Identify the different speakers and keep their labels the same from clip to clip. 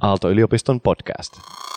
Speaker 1: Aalto-yliopiston podcast.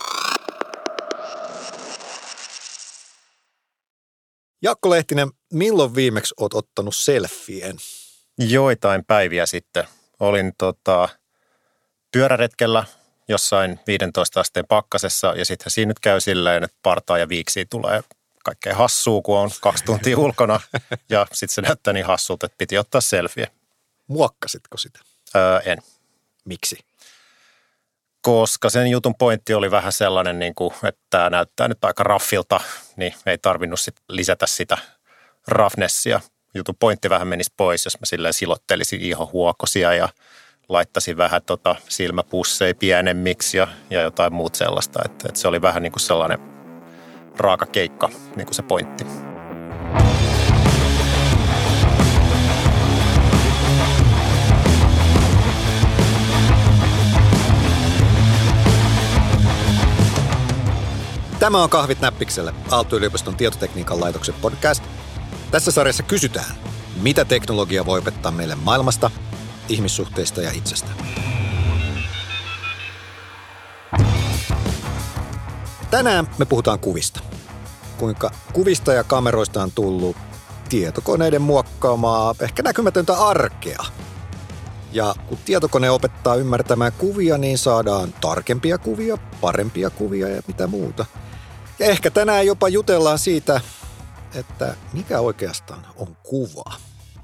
Speaker 2: Jaakko Lehtinen, milloin viimeksi olet ottanut selfien?
Speaker 3: Joitain päiviä sitten. Olin pyöräretkellä jossain 15 asteen pakkasessa ja sitten siinä nyt käy silleen, että partaa ja viiksiä tulee kaikkea hassua, kun on 2 tuntia ulkona ja sitten se näyttää niin hassulta, että piti ottaa selfie.
Speaker 2: Muokkasitko sitä?
Speaker 3: En.
Speaker 2: Miksi?
Speaker 3: Koska sen jutun pointti oli vähän sellainen, että tämä näyttää nyt aika raffilta, niin ei tarvinnut sit lisätä sitä roughness-ia. Jutun pointti vähän menisi pois, jos mä silleen silottelisin ihohuokosia ja laittaisin vähän silmäpusseja pienemmiksi ja jotain muut sellaista. Että se oli vähän niin kuin sellainen raaka keikka, niin kuin se pointti.
Speaker 2: Tämä on Kahvit näppikselle, Aalto-yliopiston tietotekniikan laitoksen podcast. Tässä sarjassa kysytään, mitä teknologia voi opettaa meille maailmasta, ihmissuhteista ja itsestä. Tänään me puhutaan kuvista. Kuinka kuvista ja kameroista on tullut tietokoneiden muokkaamaa, ehkä näkymätöntä arkea. Ja kun tietokone opettaa ymmärtämään kuvia, niin saadaan tarkempia kuvia, parempia kuvia ja mitä muuta. Ja ehkä tänään jopa jutellaan siitä, että mikä oikeastaan on kuva.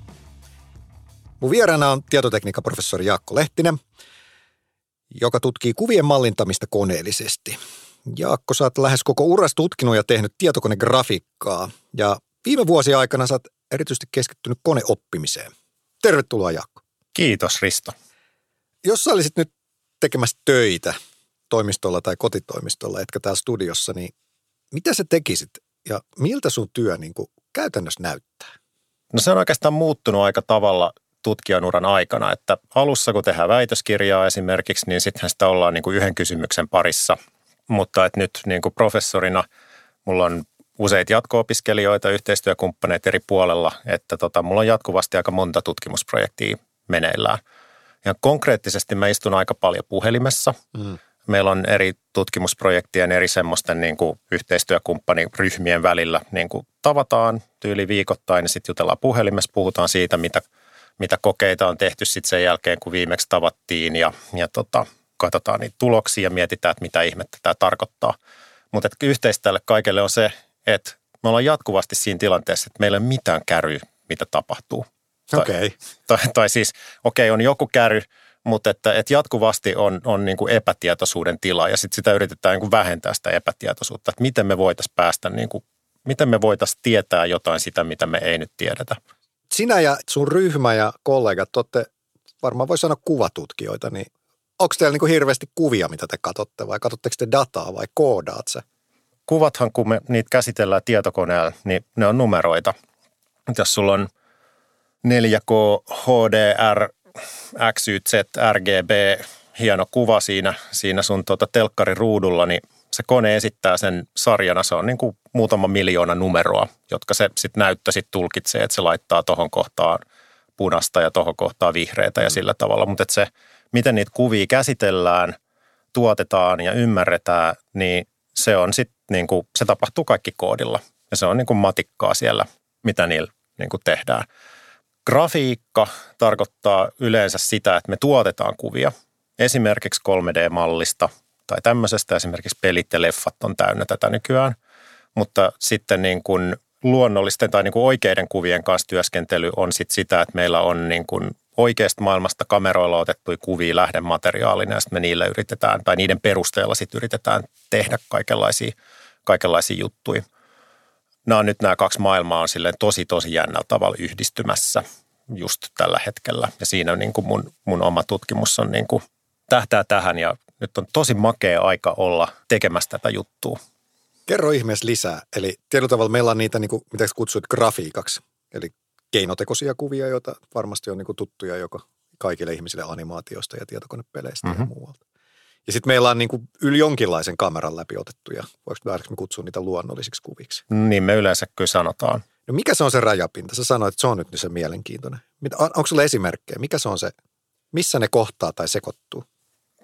Speaker 2: Mun vieraana on tietotekniikkaprofessori Jaakko Lehtinen, joka tutkii kuvien mallintamista koneellisesti. Jaakko, sä oot lähes koko uras tutkinut ja tehnyt tietokonegrafiikkaa. Ja viime vuosien aikana sä oot erityisesti keskittynyt koneoppimiseen. Tervetuloa, Jaakko.
Speaker 3: Kiitos, Risto.
Speaker 2: Jos sä olisit nyt tekemässä töitä toimistolla tai kotitoimistolla, etkä täällä studiossa, niin mitä sä tekisit ja miltä sun työ niin kuin käytännössä näyttää?
Speaker 3: No se on oikeastaan muuttunut aika tavalla tutkijan uran aikana, että alussa kun tehdään väitöskirjaa esimerkiksi, niin sittenhän sitä ollaan niin kuin yhden kysymyksen parissa, mutta että nyt niin kuin professorina mulla on useita jatko-opiskelijoita, yhteistyökumppaneita eri puolella, että mulla on jatkuvasti aika monta tutkimusprojektia meneillään. Ja konkreettisesti mä istun aika paljon puhelimessa. Meillä on eri tutkimusprojektien, eri semmoisten niin kuin yhteistyökumppaniryhmien välillä niin kuin tavataan tyyli viikoittain ja sitten jutellaan puhelimessa, puhutaan siitä, mitä kokeita on tehty sitten sen jälkeen, kun viimeksi tavattiin ja katsotaan niitä tuloksia ja mietitään, että mitä ihmettä tämä tarkoittaa. Mutta yhteistä tälle kaikelle on se, että me ollaan jatkuvasti siinä tilanteessa, että meillä ei ole mitään käryä, mitä tapahtuu.
Speaker 2: Okei.
Speaker 3: Tai siis, on joku käry, mutta että jatkuvasti on niin kuin epätietoisuuden tila ja sitten sitä yritetään niin kuin vähentää sitä epätietoisuutta, että miten me voitaisiin päästä, miten me voitaisiin tietää jotain sitä, mitä me ei nyt tiedetä.
Speaker 2: Sinä ja sun ryhmä ja kollegat olette, varmaan voi sanoa kuvatutkijoita, niin onko teillä niin kuin hirveästi kuvia, mitä te katsotte vai katsotteko te dataa vai koodaat se?
Speaker 3: Kuvathan, kun me niitä käsitellään tietokoneella, niin ne on numeroita. Jos sulla on 4K, HDR, XYZ, RGB, hieno kuva siinä sun telkkarin ruudulla, niin se kone esittää sen sarjana. Se on niin kuin muutama miljoona numeroa, jotka se sitten näyttö sitten tulkitsee, että se laittaa tohon kohtaan punasta ja tohon kohtaan vihreätä ja sillä tavalla. Mutta se, miten niitä kuvia käsitellään, tuotetaan ja ymmärretään, niin se on sitten niin kuin, se tapahtuu kaikki koodilla. Ja se on niin kuin matikkaa siellä, mitä niillä niin kuin tehdään. Grafiikka tarkoittaa yleensä sitä, että me tuotetaan kuvia esimerkiksi 3D-mallista tai tämmöisestä. Esimerkiksi pelit ja leffat on täynnä tätä nykyään, mutta sitten niin kuin luonnollisten tai niin kuin oikeiden kuvien kanssa työskentely on sitten sitä, että meillä on niin kuin oikeasta maailmasta kameroilla otettuja kuvia lähdemateriaalina ja sitten me niillä yritetään tai niiden perusteella sitten yritetään tehdä kaikenlaisia juttuja. Nämä 2 maailmaa on silleen tosi jännällä tavalla yhdistymässä just tällä hetkellä. Ja siinä niin kuin mun oma tutkimus on niin kuin tähtää tähän ja nyt on tosi makea aika olla tekemässä tätä juttua.
Speaker 2: Kerro ihmeessä lisää. Eli tietyllä tavalla meillä on niitä, niin kuin, mitä kutsuit grafiikaksi, eli keinotekoisia kuvia, joita varmasti on niin kuin tuttuja joko kaikille ihmisille animaatiosta ja tietokonepeleistä ja muualta. Ja sitten meillä on niin kuin yli jonkinlaisen kameran läpi otettuja. Voiko me kutsua niitä luonnollisiksi kuviksi?
Speaker 3: Niin me yleensä kyllä sanotaan.
Speaker 2: No mikä se on se rajapinta? Sä sanoit, että se on nyt se mielenkiintoinen. Onko sulla esimerkkejä? Mikä se on se, missä ne kohtaa tai sekoittuu?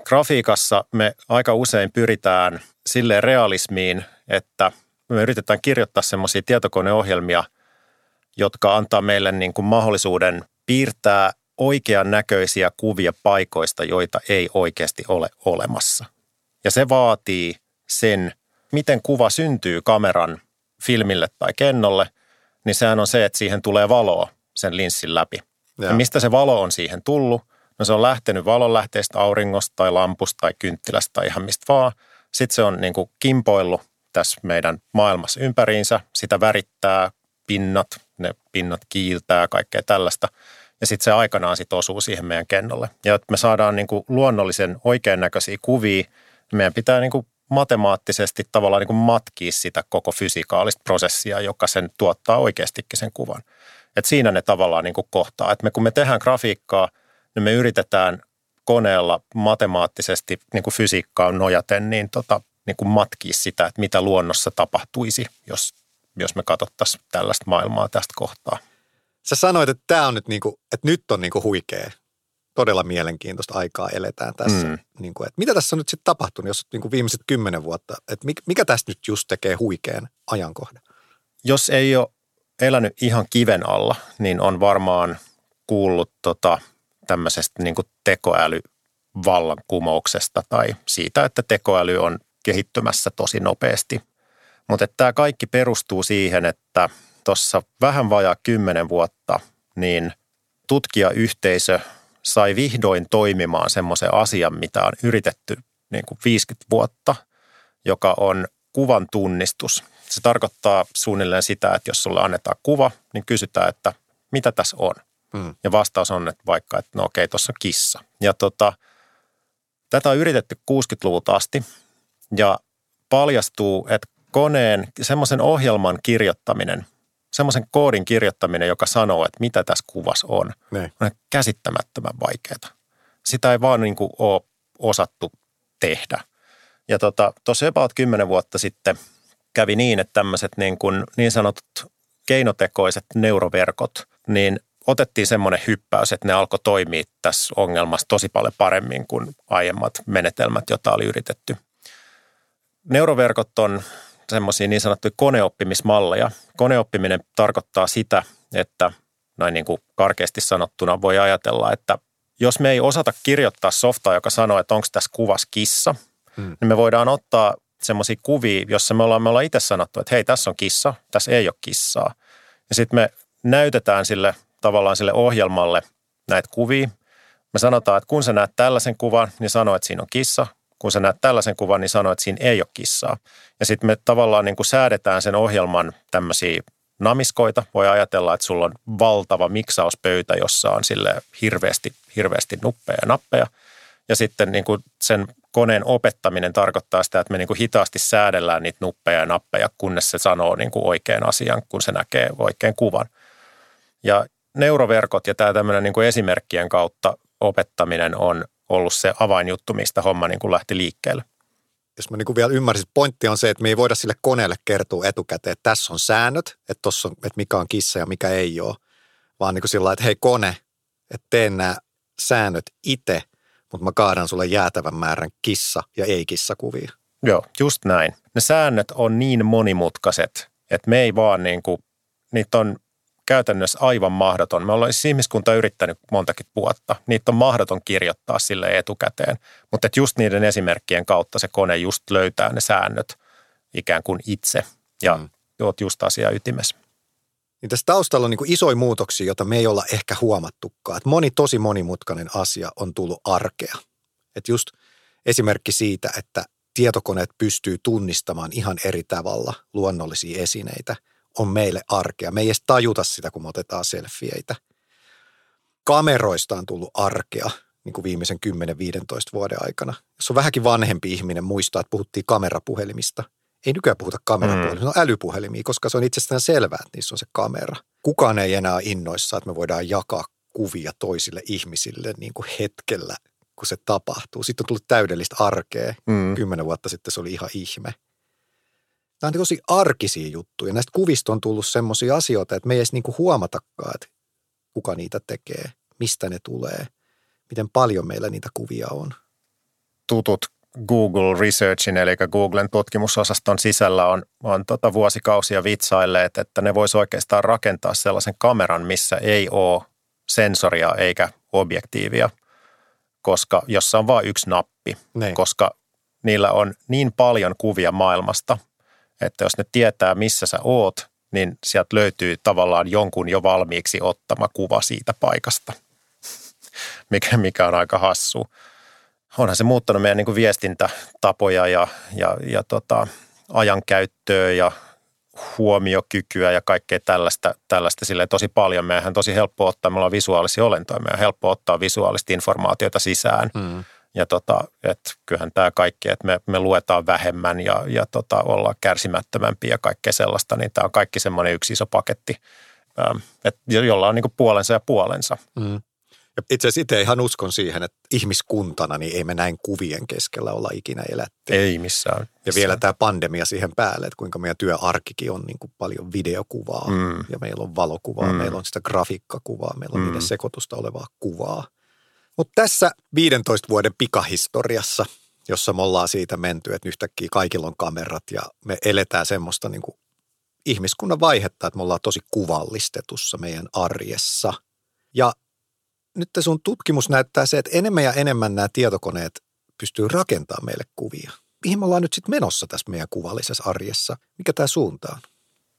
Speaker 3: grafiikassa me aika usein pyritään silleen realismiin, että me yritetään kirjoittaa semmoisia tietokoneohjelmia, jotka antaa meille niin kuin mahdollisuuden piirtää oikean näköisiä kuvia paikoista, joita ei oikeasti ole olemassa. Ja se vaatii sen, miten kuva syntyy kameran filmille tai kennolle, niin sehän on se, että siihen tulee valoa sen linssin läpi. Ja mistä se valo on siihen tullut? No se on lähtenyt valonlähteestä, auringosta tai lampusta tai kynttilästä tai ihan mistä vaan. Sitten se on niin kuin kimpoillut tässä meidän maailmassa ympäriinsä. Sitä värittää pinnat, ne pinnat kiiltää, kaikkea tällaista. Ja sitten se aikanaan sit osuu siihen meidän kennolle. Ja että me saadaan niin kuin luonnollisen oikean näköisiä kuvia, meidän pitää niin kuin matemaattisesti tavallaan niin kuin matkia sitä koko fysikaalista prosessia, joka sen tuottaa oikeastikin sen kuvan. Että siinä ne tavallaan niin kuin kohtaa. Että kun me tehdään grafiikkaa, niin me yritetään koneella matemaattisesti niin kuin fysiikkaan nojaten niin kuin matkia sitä, että mitä luonnossa tapahtuisi, jos me katsottaisiin tällaista maailmaa tästä kohtaa.
Speaker 2: Sä sanoit, että tämä on nyt niinku, että nyt on niinku huikea. Todella mielenkiintoista aikaa eletään tässä. Niinku, että mitä tässä on nyt sitten tapahtunut, jos niinku viimeiset 10 vuotta, että mikä tästä nyt just tekee huikean ajankohdan?
Speaker 3: Jos ei ole elänyt ihan kiven alla, niin on varmaan kuullut tämmöisestä niinku tekoälyvallankumouksesta tai siitä, että tekoäly on kehittymässä tosi nopeasti. Mutta tämä kaikki perustuu siihen, että tuossa vähän vajaa 10 vuotta, niin tutkijayhteisö sai vihdoin toimimaan semmoisen asian, mitä on yritetty niin kuin 50 vuotta, joka on kuvan tunnistus. Se tarkoittaa suunnilleen sitä, että jos sulle annetaan kuva, niin kysytään, että mitä tässä on. Ja vastaus on, että vaikka, että no okei, tuossa on kissa. Ja tätä on yritetty 60-luvulta asti ja paljastuu, että koneen semmoisen ohjelman kirjoittaminen, semmoisen koodin kirjoittaminen, joka sanoo, että mitä tässä kuvassa on käsittämättömän vaikeaa. Sitä ei vaan niin kuin ole osattu tehdä. Ja tuossa about 10 vuotta sitten kävi niin, että tämmöiset niin sanotut keinotekoiset neuroverkot, niin otettiin semmoinen hyppäys, että ne alkoi toimia tässä ongelmassa tosi paljon paremmin kuin aiemmat menetelmät, joita oli yritetty. Neuroverkot on semmoisia niin sanottuja koneoppimismalleja. Koneoppiminen tarkoittaa sitä, että näin niin kuin karkeasti sanottuna voi ajatella, että jos me ei osata kirjoittaa softaa, joka sanoo, että onko tässä kuvassa kissa, niin me voidaan ottaa semmoisia kuvia, jossa me ollaan itse sanottu, että hei, tässä on kissa, tässä ei ole kissaa. Ja sitten me näytetään tavallaan sille ohjelmalle näitä kuvia. Me sanotaan, että kun sä näet tällaisen kuvan, niin sano, että siinä on kissa. Kun sä näet tällaisen kuvan, niin sano, että siinä ei ole kissaa. Ja sitten me tavallaan niin kuin säädetään sen ohjelman tämmöisiä namiskoita. Voi ajatella, että sulla on valtava miksauspöytä, jossa on sille hirveästi nuppeja ja nappeja. Ja sitten niin kuin sen koneen opettaminen tarkoittaa sitä, että me niin kuin hitaasti säädellään niitä nuppeja ja nappeja, kunnes se sanoo niin kuin oikean asian, kun se näkee oikean kuvan. Ja neuroverkot ja tämä tämmöinen niin kuin esimerkkien kautta opettaminen on ollut se avainjuttu, mistä homma niin kuin lähti liikkeelle.
Speaker 2: Jos mä niin kuin vielä ymmärsin, pointti on se, että me ei voida sille koneelle kertoa etukäteen, että tässä on säännöt, että tossa on, että mikä on kissa ja mikä ei ole, vaan niin kuin sillä lailla, että hei kone, että tee nämä säännöt itse, mutta mä kaadan sulle jäätävän määrän kissa- ja ei-kissakuvia.
Speaker 3: Joo, just näin. Ne säännöt on niin monimutkaiset, että me ei vaan niin kuin, niitä on käytännössä aivan mahdoton. Me ollaan ihmiskunta yrittänyt montakin vuotta. Niitä on mahdoton kirjoittaa sille etukäteen. Mutta just niiden esimerkkien kautta se kone just löytää ne säännöt ikään kuin itse. Ja oot just asiaa ytimessä.
Speaker 2: Niin tässä taustalla on niin kuin isoja muutoksia, joita me ei olla ehkä huomattukaan. Että tosi monimutkainen asia on tullut arkea. Että just esimerkki siitä, että tietokoneet pystyy tunnistamaan ihan eri tavalla luonnollisia esineitä, on meille arkea. Me ei edes tajuta sitä, kun me otetaan selfieitä. Kameroista on tullut arkea niin kuin viimeisen 10-15 vuoden aikana. Jos on vähänkin vanhempi ihminen muistaa, että puhuttiin kamerapuhelimista. Ei nykyään puhuta kamerapuhelimista, ne on älypuhelimia, koska se on itsestään selvää, että niissä on se kamera. Kukaan ei enää innoissa, että me voidaan jakaa kuvia toisille ihmisille niin kuin hetkellä, kun se tapahtuu. Sitten on tullut täydellistä arkea. 10 vuotta sitten se oli ihan ihme. Nämä on tosi arkisia juttuja. Näistä kuvista on tullut semmoisia asioita, että me ei edes niinku huomatakaan, että kuka niitä tekee, mistä ne tulee, miten paljon meillä niitä kuvia on.
Speaker 3: tutut Google Researchin, eli Googlen tutkimusosaston sisällä on vuosikausia vitsailleet, että ne vois oikeastaan rakentaa sellaisen kameran, missä ei ole sensoria eikä objektiivia, koska jossa on vain yksi nappi, koska niillä on niin paljon kuvia maailmasta, että jos ne tietää, missä sä oot, niin sieltä löytyy tavallaan jonkun jo valmiiksi ottama kuva siitä paikasta, mikä on aika hassua. Onhan se muuttanut meidän niin kuin viestintätapoja ja ajankäyttöä ja huomiokykyä ja kaikkea tällaista silleen tosi paljon. Meidän on tosi helppo ottaa, me ollaan visuaalisia olentoja, meidän on helppo ottaa visuaalista informaatiota sisään. Ja että kyllähän tämä kaikki, että me luetaan vähemmän ja ollaan kärsimättömämpiä ja kaikkea sellaista, niin tämä on kaikki semmoinen yksi iso paketti, jolla on niin kuin puolensa ja puolensa.
Speaker 2: Ja itse asiassa itse ihan uskon siihen, että ihmiskuntana niin ei me näin kuvien keskellä olla ikinä elätty.
Speaker 3: Ei missään.
Speaker 2: Ja vielä tämä pandemia siihen päälle, että kuinka meidän työarkikin on niin kuin paljon videokuvaa ja meillä on valokuvaa, meillä on sitä grafiikkakuvaa, meillä on niiden sekoitusta olevaa kuvaa. Mutta tässä 15 vuoden pikahistoriassa, jossa me ollaan siitä menty, että yhtäkkiä kaikilla on kamerat ja me eletään semmoista niin kuin ihmiskunnan vaihetta, että me ollaan tosi kuvallistetussa meidän arjessa. Ja nyt sun tutkimus näyttää se, että enemmän ja enemmän nämä tietokoneet pystyy rakentamaan meille kuvia. Mihin me ollaan nyt sitten menossa tässä meidän kuvallisessa arjessa? Mikä tämä suunta on?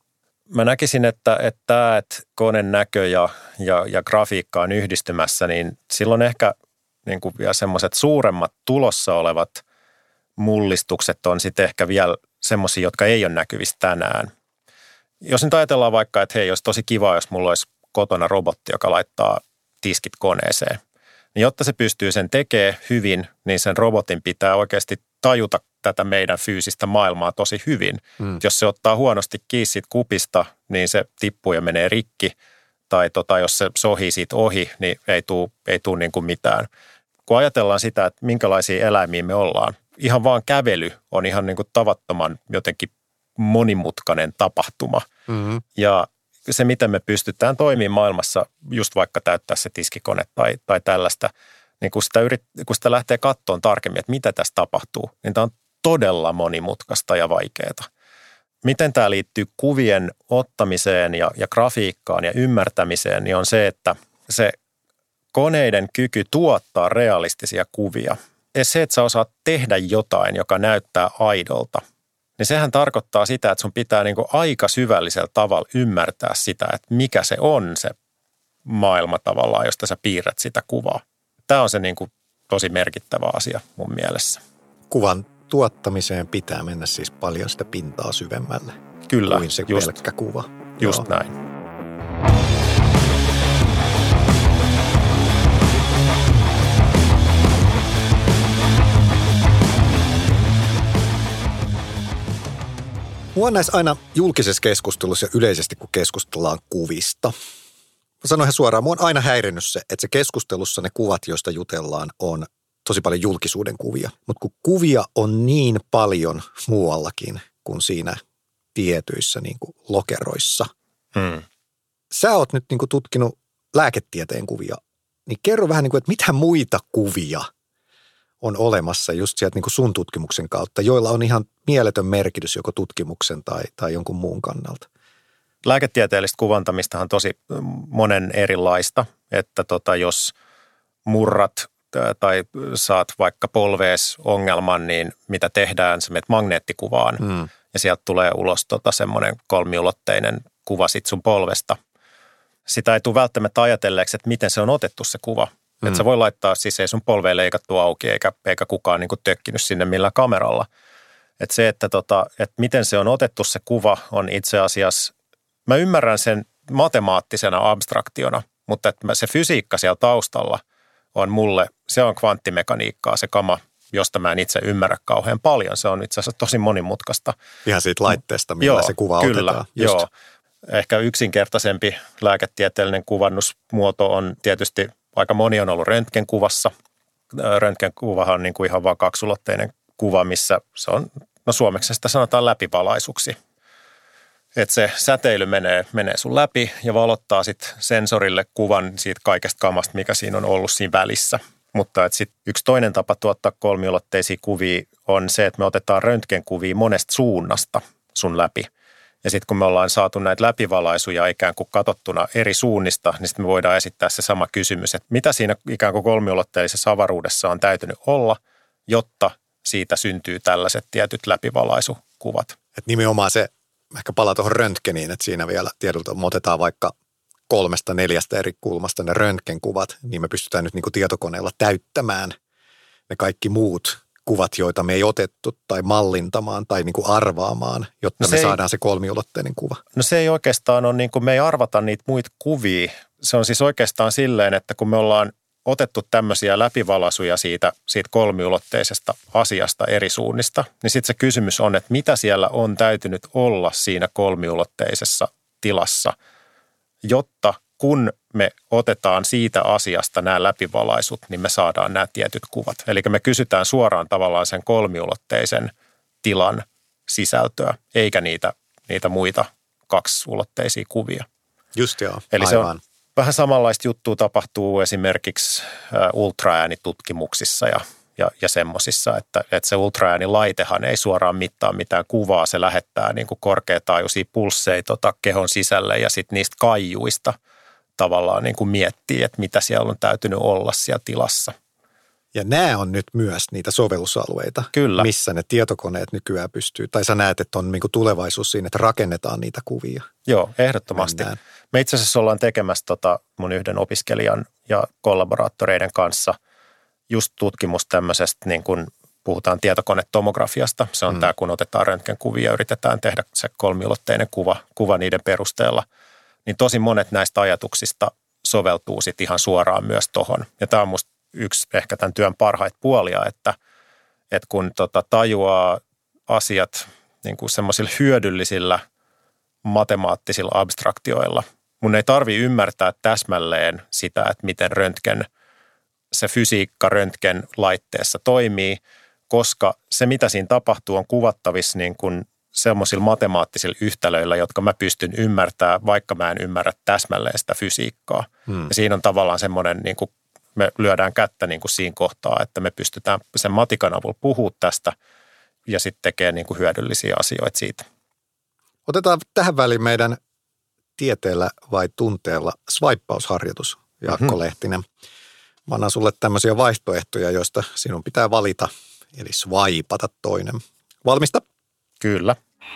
Speaker 3: Mä näkisin, että koneen näkö ja grafiikka on yhdistymässä, niin silloin ehkä niin kuin vielä semmoiset suuremmat tulossa olevat mullistukset on sitten ehkä vielä semmoisia, jotka ei ole näkyvissä tänään. Jos nyt ajatellaan vaikka, että hei, olisi tosi kiva, jos mulla olisi kotona robotti, joka laittaa tiskit koneeseen, niin jotta se pystyy sen tekemään hyvin, niin sen robotin pitää oikeasti tajuta tätä meidän fyysistä maailmaa tosi hyvin. Jos se ottaa huonosti kiinni siitä kupista, niin se tippuu ja menee rikki. Tai jos se sohii siitä ohi, niin ei tule niin kuin mitään. Kun ajatellaan sitä, että minkälaisia eläimiä me ollaan, ihan vaan kävely on ihan niin kuin tavattoman jotenkin monimutkainen tapahtuma. Ja se, miten me pystytään toimimaan maailmassa, just vaikka täyttää se tiskikone tai tällaista, niin kun sitä lähtee katsomaan tarkemmin, että mitä tässä tapahtuu, niin tämä on todella monimutkaista ja vaikeaa. Miten tämä liittyy kuvien ottamiseen ja grafiikkaan ja ymmärtämiseen, niin on se, että se koneiden kyky tuottaa realistisia kuvia ja se, että sä osaat tehdä jotain, joka näyttää aidolta, niin sehän tarkoittaa sitä, että sun pitää niin kuin aika syvällisellä tavalla ymmärtää sitä, että mikä se on se maailma tavallaan, josta sä piirrät sitä kuvaa. Tämä on se niin kuin tosi merkittävä asia mun mielessä.
Speaker 2: Kuvan tuottamiseen pitää mennä siis paljon sitä pintaa syvemmälle.
Speaker 3: Kyllä,
Speaker 2: kuin se pelkkä kuva.
Speaker 3: Just näin.
Speaker 2: Mua on näissä aina julkisessa keskustelussa ja yleisesti, kun keskustellaan kuvista. Mä sanon ihan suoraan, mua on aina häirinnyt se, että se keskustelussa ne kuvat, joista jutellaan, on tosi paljon julkisuuden kuvia. Mutta kun kuvia on niin paljon muuallakin kuin siinä tietyissä niin kuin lokeroissa. Sä oot nyt niin kuin tutkinut lääketieteen kuvia, niin kerro vähän, niin kuin, että mitä muita kuvia on olemassa just sieltä niin kuin sun tutkimuksen kautta, joilla on ihan mieletön merkitys joko tutkimuksen tai jonkun muun kannalta.
Speaker 3: Lääketieteellistä kuvantamista on tosi monen erilaista, että jos murrat tai saat vaikka polvees ongelman, niin mitä tehdään, sä menet magneettikuvaan ja sieltä tulee ulos semmoinen kolmiulotteinen kuva sit sun polvesta. Sitä ei tule välttämättä ajatelleeksi, että miten se on otettu se kuva. Että sä voi laittaa, siis ei sun polveen leikattu auki eikä kukaan niin kuin tökkinyt sinne millään kameralla. Että se, että miten se on otettu se kuva on itse asiassa, mä ymmärrän sen matemaattisena abstraktiona, mutta että se fysiikka siellä taustalla on mulle, se on kvanttimekaniikkaa se kama, josta mä en itse ymmärrä kauhean paljon. Se on itse asiassa tosi monimutkaista.
Speaker 2: Ihan siitä laitteesta, millä se kuva otetaan.
Speaker 3: Joo. Ehkä yksinkertaisempi lääketieteellinen kuvannusmuoto on tietysti, aika moni on ollut röntgenkuvassa. Röntgenkuvahan on niin kuin ihan vaan kaksulotteinen kuva, missä se on, no suomeksi sitä sanotaan läpivalaisuksi. Että se säteily menee sun läpi ja valottaa sitten sensorille kuvan siitä kaikesta kamasta, mikä siinä on ollut siinä välissä. Mutta yksi toinen tapa tuottaa kolmiulotteisia kuvia on se, että me otetaan röntgenkuvia monesta suunnasta sun läpi. Ja sitten kun me ollaan saatu näitä läpivalaisuja ikään kuin katsottuna eri suunnista, niin sitten me voidaan esittää se sama kysymys, että mitä siinä ikään kuin kolmiulotteisessa avaruudessa on täytynyt olla, jotta siitä syntyy tällaiset tietyt läpivalaisukuvat.
Speaker 2: Et nimenomaan se, ehkä palaa tuohon röntgeniin, että siinä vielä tiedolta otetaan vaikka 3-4 eri kulmasta ne röntgenkuvat, niin me pystytään nyt niin kuin tietokoneella täyttämään ne kaikki muut kuvat, joita me ei otettu tai mallintamaan tai niin kuin arvaamaan, jotta me saadaan se kolmiulotteinen kuva.
Speaker 3: No se ei oikeastaan ole, niin kuin me ei arvata niitä muita kuvia. Se on siis oikeastaan silleen, että kun me ollaan otettu tämmöisiä läpivalaisuja siitä kolmiulotteisesta asiasta eri suunnista, niin sitten se kysymys on, että mitä siellä on täytynyt olla siinä kolmiulotteisessa tilassa, jotta kun me otetaan siitä asiasta nämä läpivalaisut, niin me saadaan nämä tietyt kuvat. Eli me kysytään suoraan tavallaan sen kolmiulotteisen tilan sisältöä, eikä niitä muita kaksiulotteisia kuvia.
Speaker 2: Just joo,
Speaker 3: eli
Speaker 2: aivan.
Speaker 3: Se on vähän samanlaista juttua tapahtuu esimerkiksi ultraäänitutkimuksissa ja semmoisissa, että se ultraäänilaitehan ei suoraan mittaa mitään kuvaa, se lähettää niin kuin korkeataajuisia pulsseita kehon sisälle ja sitten niistä kaijuista tavallaan niin kuin miettii, että mitä siellä on täytynyt olla siellä tilassa.
Speaker 2: Ja nämä on nyt myös niitä sovellusalueita,
Speaker 3: Kyllä.
Speaker 2: Missä ne tietokoneet nykyään pystyy. Tai sä näet, että on niin kuin tulevaisuus siinä, että rakennetaan niitä kuvia.
Speaker 3: Joo, ehdottomasti. Me itse asiassa ollaan tekemässä mun yhden opiskelijan ja kollaboraattoreiden kanssa just tutkimus tämmöisestä, niin kuin puhutaan tietokonetomografiasta. Se on tämä, kun otetaan röntgenkuvia ja yritetään tehdä se kolmiulotteinen kuva niiden perusteella. Niin tosi monet näistä ajatuksista soveltuu sitten ihan suoraan myös tohon. Ja tämä on musta yksi ehkä tämän työn parhaita puolia, että kun tajuaa asiat niin kuin semmoisilla hyödyllisillä matemaattisilla abstraktioilla. Mun ei tarvitse ymmärtää täsmälleen sitä, että miten se fysiikka röntgenlaitteessa toimii, koska se, mitä siinä tapahtuu, on kuvattavissa niin kuin semmoisilla matemaattisilla yhtälöillä, jotka mä pystyn ymmärtämään, vaikka mä en ymmärrä täsmälleen sitä fysiikkaa. Ja siinä on tavallaan semmoinen, niin kuin me lyödään kättä niin kuin siinä kohtaa, että me pystytään sen matikan avulla puhua tästä ja sitten tekee niin kuin hyödyllisiä asioita siitä.
Speaker 2: Otetaan tähän väliin meidän tieteellä vai tunteella swipeausharjoitus, Jaakko Lehtinen. Mä annan sulle tämmöisiä vaihtoehtoja, joista sinun pitää valita, eli swipeata toinen. Valmista?
Speaker 3: Kyllä.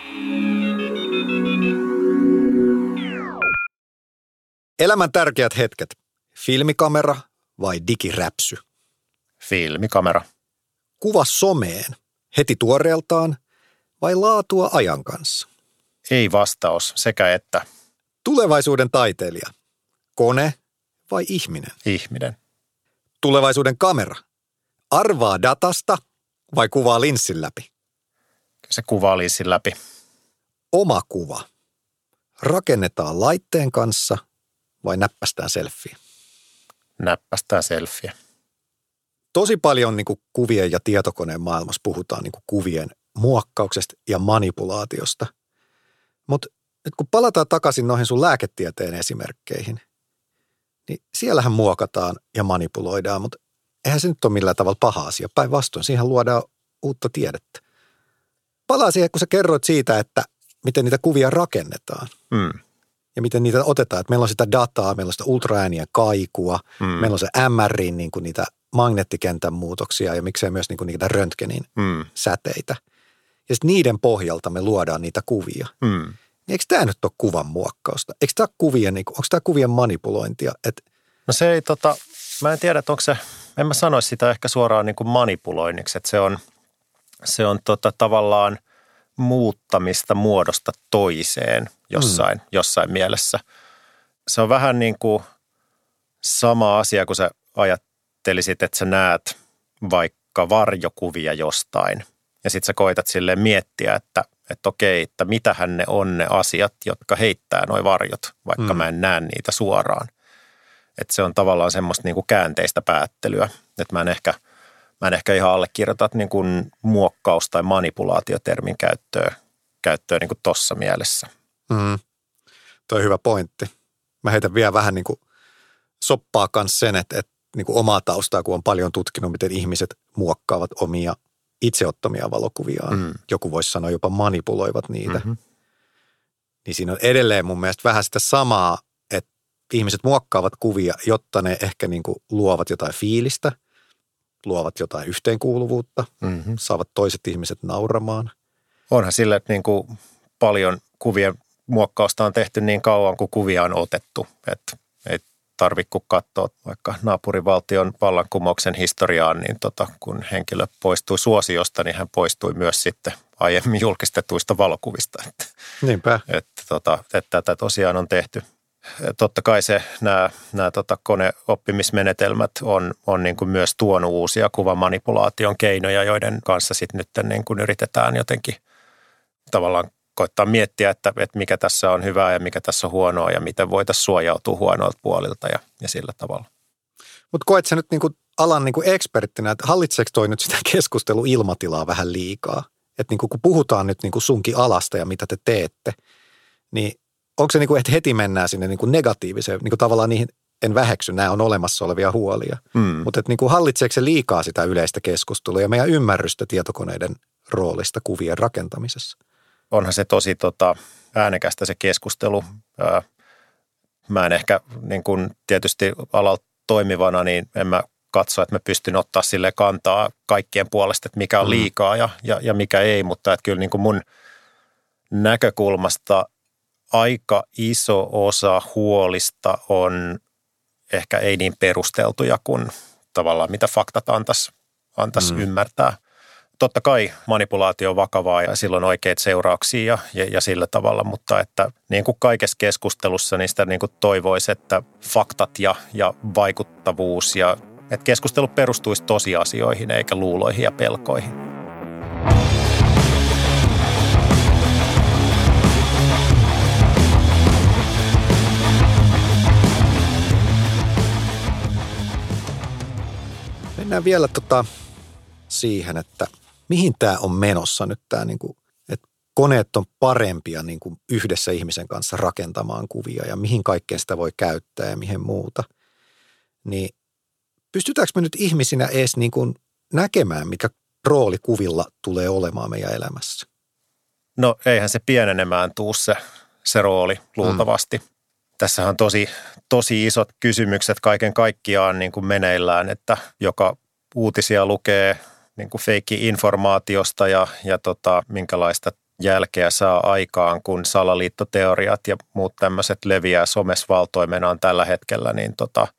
Speaker 2: Elämän tärkeät hetket. Filmikamera vai digiräpsy?
Speaker 3: Filmikamera.
Speaker 2: Kuva someen heti tuoreeltaan vai laatua ajan kanssa?
Speaker 3: Ei vastaus, sekä että.
Speaker 2: Tulevaisuuden taiteilija. Kone vai ihminen?
Speaker 3: Ihminen.
Speaker 2: Tulevaisuuden kamera. Arvaa datasta vai kuvaa linssin läpi?
Speaker 3: Se kuvaa linssin läpi.
Speaker 2: Oma kuva. Rakennetaan laitteen kanssa vai näppästään selfie?
Speaker 3: Näppästään selfie.
Speaker 2: Tosi paljon niin kuin kuvien ja tietokoneen maailmassa puhutaan niin kuin kuvien muokkauksesta ja manipulaatiosta. Mutta nyt kun palataan takaisin noihin sun lääketieteen esimerkkeihin, niin siellähän muokataan ja manipuloidaan, mutta eihän se nyt ole millään tavalla paha asia. Päinvastoin, siihen luodaan uutta tiedettä. Palaa siihen, kun sä kerroit siitä, että miten niitä kuvia rakennetaan ja miten niitä otetaan. Että meillä on sitä dataa, meillä on sitä ultraäänien kaikua, meillä on se MRin niin kuin niitä magneettikentän muutoksia ja miksei myös niin kuin niitä röntgenin säteitä. Ja sitten niiden pohjalta me luodaan niitä kuvia. Eikö tämä nyt ole kuvan muokkausta? Eikö tämä onko tämä kuvien manipulointia?
Speaker 3: No se ei mä en tiedä, että onko se, en mä sanoisi sitä ehkä suoraan niin kuin manipuloinniksi, että se on tavallaan muuttamista muodosta toiseen jossain mielessä. Se on vähän niin kuin sama asia, kun sä ajattelisit, että sä näet vaikka varjokuvia jostain. Ja sit sä koitat silleen miettiä, että okei, että mitähän ne on ne asiat, jotka heittää noi varjot, vaikka mä en näe niitä suoraan. Että se on tavallaan semmoista niin kuin käänteistä päättelyä. Että mä en ehkä ihan allekirjoita niin kuin muokkaus- tai manipulaatiotermin käyttöä niin kuin tossa mielessä.
Speaker 2: Toi on hyvä pointti. Mä heitän vielä vähän niin kuin soppaa kanssa sen, että niin kuin omaa taustaa, kun on paljon tutkinut, miten ihmiset muokkaavat omia itseottamia valokuviaan. Joku voisi sanoa jopa manipuloivat niitä. Niin siinä on edelleen mun mielestä vähän sitä samaa, että ihmiset muokkaavat kuvia, jotta ne ehkä niin kuin luovat jotain fiilistä, luovat jotain yhteenkuuluvuutta, saavat toiset ihmiset nauramaan.
Speaker 3: Onhan sille, että niin kuin paljon kuvien muokkausta on tehty niin kauan, kuin kuvia on otettu. Että ei tarvitse kun katsoa vaikka naapurivaltion vallankumouksen historiaan, niin kun henkilö poistui suosiosta, niin hän poistui myös sitten aiemmin julkistetuista valokuvista.
Speaker 2: Niinpä.
Speaker 3: Että tätä tosiaan on tehty. Totta kai nämä koneoppimismenetelmät on niin kuin myös tuonut uusia kuvamanipulaation keinoja, joiden kanssa sitten nyt niin kuin yritetään jotenkin tavallaan koittaa miettiä, että mikä tässä on hyvää ja mikä tässä on huonoa ja miten voitaisiin suojautua huonoilta puolilta ja sillä tavalla.
Speaker 2: Mutta koet sä nyt niin kuin alan niin kuin eksperttinä, että hallitseeko toi nyt sitä keskusteluilmatilaa vähän liikaa? Että niin kuin kun puhutaan nyt niin kuin sunkin alasta ja mitä te teette, niin onko se niin kuin, että heti mennään sinne niin kuin negatiiviseen, niin kuin tavallaan niihin, en väheksy, nämä on olemassa olevia huolia, mutta että niin kuin hallitseeko se liikaa sitä yleistä keskustelua ja meidän ymmärrystä tietokoneiden roolista kuvien rakentamisessa?
Speaker 3: Onhan se tosi äänekästä se keskustelu. Mä en ehkä niin kuin tietysti alalla toimivana, niin en mä katso, että mä pystyn ottaa sille kantaa kaikkien puolesta, että mikä on liikaa ja mikä ei, mutta että kyllä niin kuin mun näkökulmasta aika iso osa huolista on ehkä ei niin perusteltuja kuin tavallaan mitä faktat antaisi ymmärtää. Totta kai manipulaatio on vakavaa ja sillä on oikeita seurauksia ja sillä tavalla, mutta että niin kuin kaikessa keskustelussa niistä niin kuin toivoisi, että faktat ja vaikuttavuus ja että keskustelu perustuisi tosiasioihin eikä luuloihin ja pelkoihin.
Speaker 2: Mennään vielä siihen, että mihin tämä on menossa nyt tämä, niinku, että koneet on parempia niinku yhdessä ihmisen kanssa rakentamaan kuvia ja mihin kaikkeen sitä voi käyttää ja mihin muuta. Niin pystytäänkö me nyt ihmisinä edes niinku näkemään, mikä rooli kuvilla tulee olemaan meidän elämässä?
Speaker 3: No eihän se pienenemään tuu se rooli luultavasti. Tässä on tosi isot kysymykset kaiken kaikkiaan niin kuin meneillään, että joka uutisia lukee niin kuin feikki-informaatiosta ja minkälaista jälkeä saa aikaan, kun salaliittoteoriat ja muut tämmöiset leviää somessa valtoimenaan tällä hetkellä, niin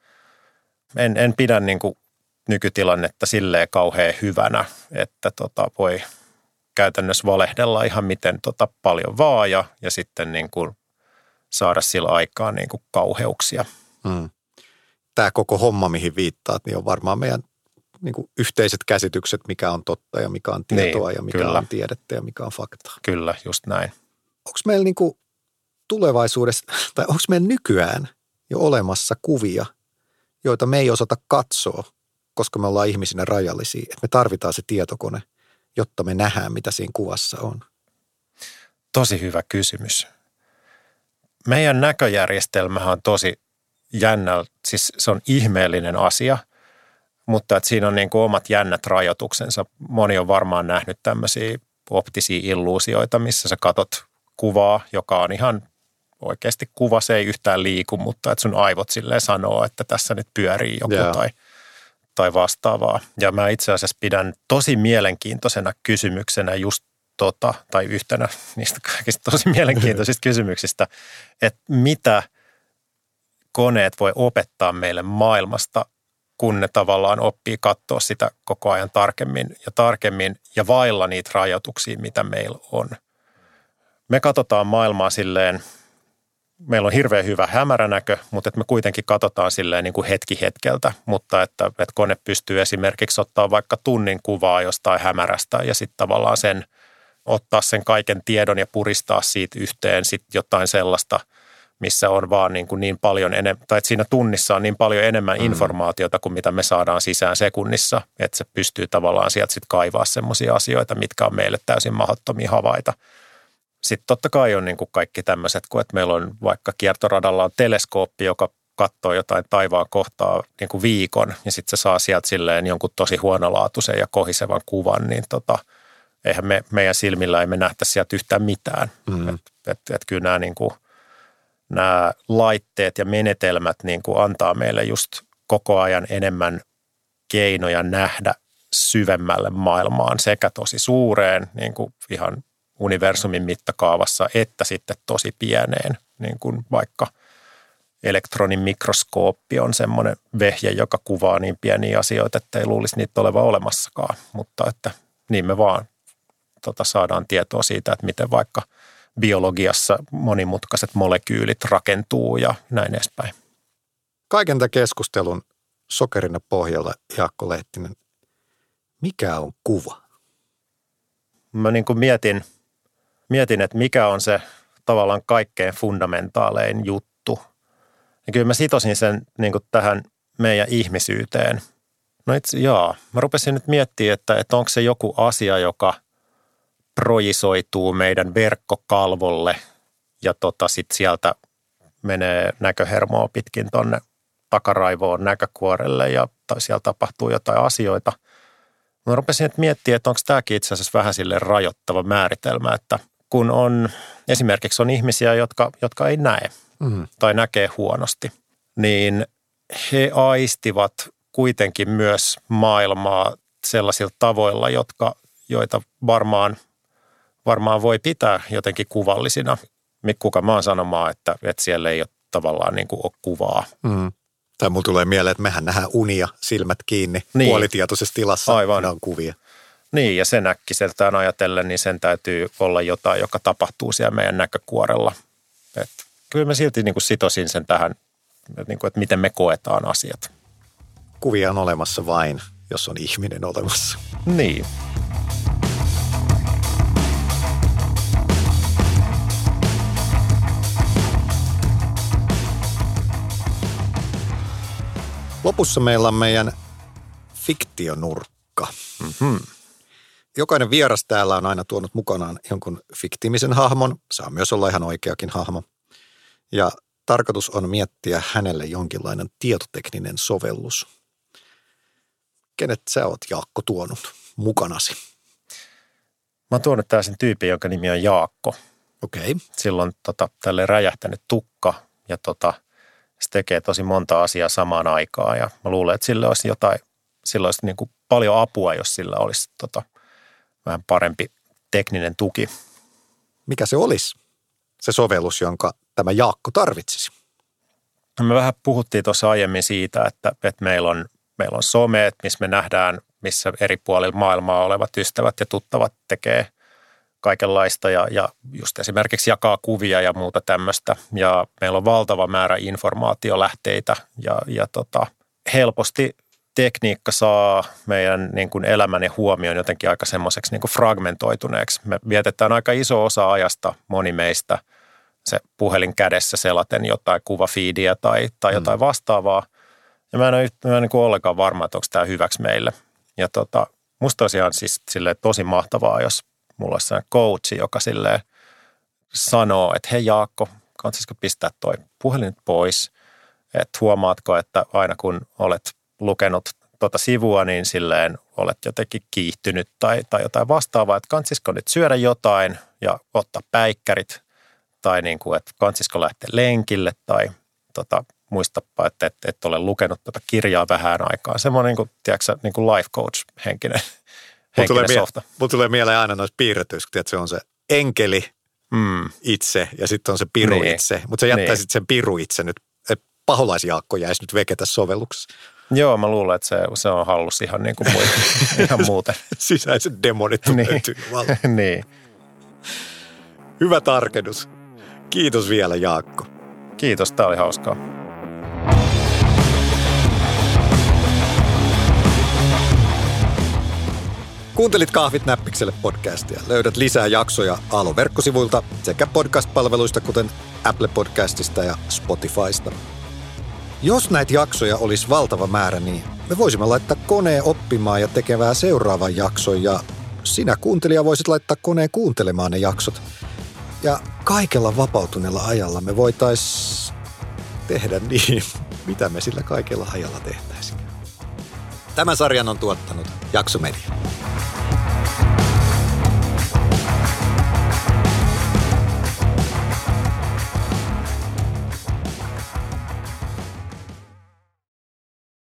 Speaker 3: en pidä niin kuin nykytilannetta silleen kauhean hyvänä, että voi käytännössä valehdella ihan miten paljon vaan ja sitten niin kuin saada sillä aikaa niin kuin kauheuksia.
Speaker 2: Tämä koko homma, mihin viittaat, niin on varmaan meidän niin kuin yhteiset käsitykset, mikä on totta ja mikä on tietoa ja mikä on tiedettä ja mikä on faktaa.
Speaker 3: Kyllä, just näin.
Speaker 2: Onko meillä niin kuin tulevaisuudessa, tai onko meillä nykyään jo olemassa kuvia, joita me ei osata katsoa, koska me ollaan ihmisinä rajallisia, että me tarvitaan se tietokone, jotta me nähdään, mitä siinä kuvassa on?
Speaker 3: Tosi hyvä kysymys. Meidän näköjärjestelmähän on tosi jännä, siis se on ihmeellinen asia, mutta että siinä on niin kuin omat jännät rajoituksensa. Moni on varmaan nähnyt tämmöisiä optisia illuusioita, missä sä katot kuvaa, joka on ihan oikeasti kuva, se ei yhtään liiku, mutta että sun aivot silleen sanoo, että tässä nyt pyörii joku tai vastaavaa. Ja mä itse asiassa pidän tosi mielenkiintoisena kysymyksenä just tai yhtenä niistä kaikista tosi mielenkiintoisista kysymyksistä, että mitä koneet voi opettaa meille maailmasta, kun ne tavallaan oppii katsoa sitä koko ajan tarkemmin ja vailla niitä rajoituksia, mitä meillä on. Me katsotaan maailmaa silleen, meillä on hirveän hyvä hämäränäkö, mutta että me kuitenkin katsotaan silleen niin kuin hetki hetkeltä, mutta että kone pystyy esimerkiksi ottaa vaikka tunnin kuvaa jostain hämärästä ja sitten tavallaan ottaa sen kaiken tiedon ja puristaa siitä yhteen sitten jotain sellaista, missä on vaan niin paljon enemmän, tai että siinä tunnissa on niin paljon enemmän informaatiota kuin mitä me saadaan sisään sekunnissa, että se pystyy tavallaan sieltä sitten kaivaa semmoisia asioita, mitkä on meille täysin mahdottomia havaita. Sitten totta kai on niin kuin kaikki tämmöiset, kun että meillä on vaikka kiertoradalla on teleskooppi, joka katsoo jotain taivaan kohtaa niin kuin viikon ja sitten se saa sieltä silleen jonkun tosi huonolaatuisen ja kohisevan kuvan, niin eihän meidän silmillä ei me nähtä sieltä yhtään mitään. Et kyllä nämä, niin kuin, nämä laitteet ja menetelmät niin kuin antaa meille just koko ajan enemmän keinoja nähdä syvemmälle maailmaan sekä tosi suureen niin kuin ihan universumin mittakaavassa että sitten tosi pieneen, niin kuin vaikka elektronin mikroskooppi on semmoinen vehje, joka kuvaa niin pieniä asioita, että ei luulisi niitä olevan olemassakaan, mutta että niin me vaan saadaan tietoa siitä, että miten vaikka biologiassa monimutkaiset molekyylit rakentuu ja näin edespäin.
Speaker 2: Kaiken tämän keskustelun sokerina pohjalla, Jaakko Lehtinen, mikä on kuva?
Speaker 3: Mä niin kuin mietin, että mikä on se tavallaan kaikkein fundamentaalein juttu. Ja kyllä mä sitosin sen niin kuin tähän meidän ihmisyyteen. No mä rupesin nyt miettimään, että onko se joku asia, joka projisoituu meidän verkkokalvolle ja sitten sieltä menee näköhermoa pitkin tonne takaraivoon näkökuorelle tai siellä tapahtuu jotain asioita. Mä rupesin nyt miettimään, että onko tämäkin itse asiassa vähän silleen rajoittava määritelmä, että kun esimerkiksi on ihmisiä, jotka ei näe tai näkee huonosti, niin he aistivat kuitenkin myös maailmaa sellaisilla tavoilla, joita varmaan voi pitää jotenkin kuvallisina. Kuka mä oon sanomaan, että siellä ei ole tavallaan niin kuin ole kuvaa.
Speaker 2: Tai mulla tulee mieleen, että mehän nähdään unia silmät kiinni puolitietoisessa tilassa. Aivan. Ne on kuvia.
Speaker 3: Niin, ja sen äkkiseltään ajatellen, niin sen täytyy olla jotain, joka tapahtuu siellä meidän näkökuorella. Kyllä mä silti niin kuin sitosin sen tähän, että miten me koetaan asiat.
Speaker 2: Kuvia on olemassa vain, jos on ihminen olemassa.
Speaker 3: Niin.
Speaker 2: Lopussa meillä on meidän fiktionurkka. Jokainen vieras täällä on aina tuonut mukanaan jonkun fiktiivisen hahmon. Saa myös olla ihan oikeakin hahmo. Ja tarkoitus on miettiä hänelle jonkinlainen tietotekninen sovellus. Kenet sä oot, Jaakko, tuonut mukanasi?
Speaker 3: Mä oon tuonut tällaisen tyypin, jonka nimi on Jaakko.
Speaker 2: Okei.
Speaker 3: Silloin tälleen räjähtänyt tukka ja se tekee tosi monta asiaa samaan aikaan. Ja mä luulen, että sillä olisi niin kuin paljon apua, jos sillä olisi vähän parempi tekninen tuki.
Speaker 2: Mikä se olisi, se sovellus, jonka tämä Jaakko tarvitsisi?
Speaker 3: Me vähän puhuttiin tuossa aiemmin siitä, että meillä on someet, missä me nähdään, missä eri puolilla maailmaa olevat ystävät ja tuttavat tekee kaikenlaista ja just esimerkiksi jakaa kuvia ja muuta tämmöistä. Ja meillä on valtava määrä informaatiolähteitä ja helposti tekniikka saa meidän niin kuin elämän ja huomion jotenkin aika semmoiseksi niin kuin fragmentoituneeksi. Me vietetään aika iso osa ajasta, moni meistä, se puhelin kädessä selaten jotain kuvafiidiä tai jotain vastaavaa. Ja mä en ole niin kuin ollenkaan varma, että onko tämä hyväksi meille. Ja musta olisi ihan siis silleen tosi mahtavaa, jos mulla olisi sellainen coachi, joka silleen sanoo, että hei Jaakko, kannattaisiko pistää toi puhelin nyt pois, että huomaatko, että aina kun olet lukenut sivua, niin silleen olet jotenkin kiihtynyt tai jotain vastaavaa, että kannattaisiko nyt syödä jotain ja ottaa päikkärit tai niin kuin, että kannattaisiko lähteä lenkille tai muistapa, että et ole lukenut kirjaa vähän aikaa. Semmoinen niin kuin, tiedätkö, niin kuin life coach henkinen softa.
Speaker 2: Mulla tulee mieleen aina noissa piirretyissä, kun se on se enkeli itse ja sitten on se piru itse. Mutta sä jättäisit sen piru itse nyt, että paholaisjaakko jäisi nyt veketä sovelluksessa.
Speaker 3: Joo, mä luulen, että se on hallus ihan niin kuin ihan muuten.
Speaker 2: Sisäiset demonit löytyy.
Speaker 3: Niin.
Speaker 2: Hyvä tarkennus. Kiitos vielä, Jaakko.
Speaker 3: Kiitos, tää oli hauskaa.
Speaker 2: Kuuntelit Kahvit näppikselle podcastia. Löydät lisää jaksoja Aallon verkkosivuilta sekä podcast-palveluista, kuten Apple Podcastista ja Spotifysta. Jos näitä jaksoja olisi valtava määrä, niin me voisimme laittaa koneen oppimaan ja tekemään seuraavan jakson. Ja sinä kuuntelija voisit laittaa koneen kuuntelemaan ne jaksot. Ja kaikella vapautuneella ajalla me voitaisiin tehdä niin, mitä me sillä kaikella ajalla tehtäisiin. Tämän sarjan on tuottanut Jakso Media.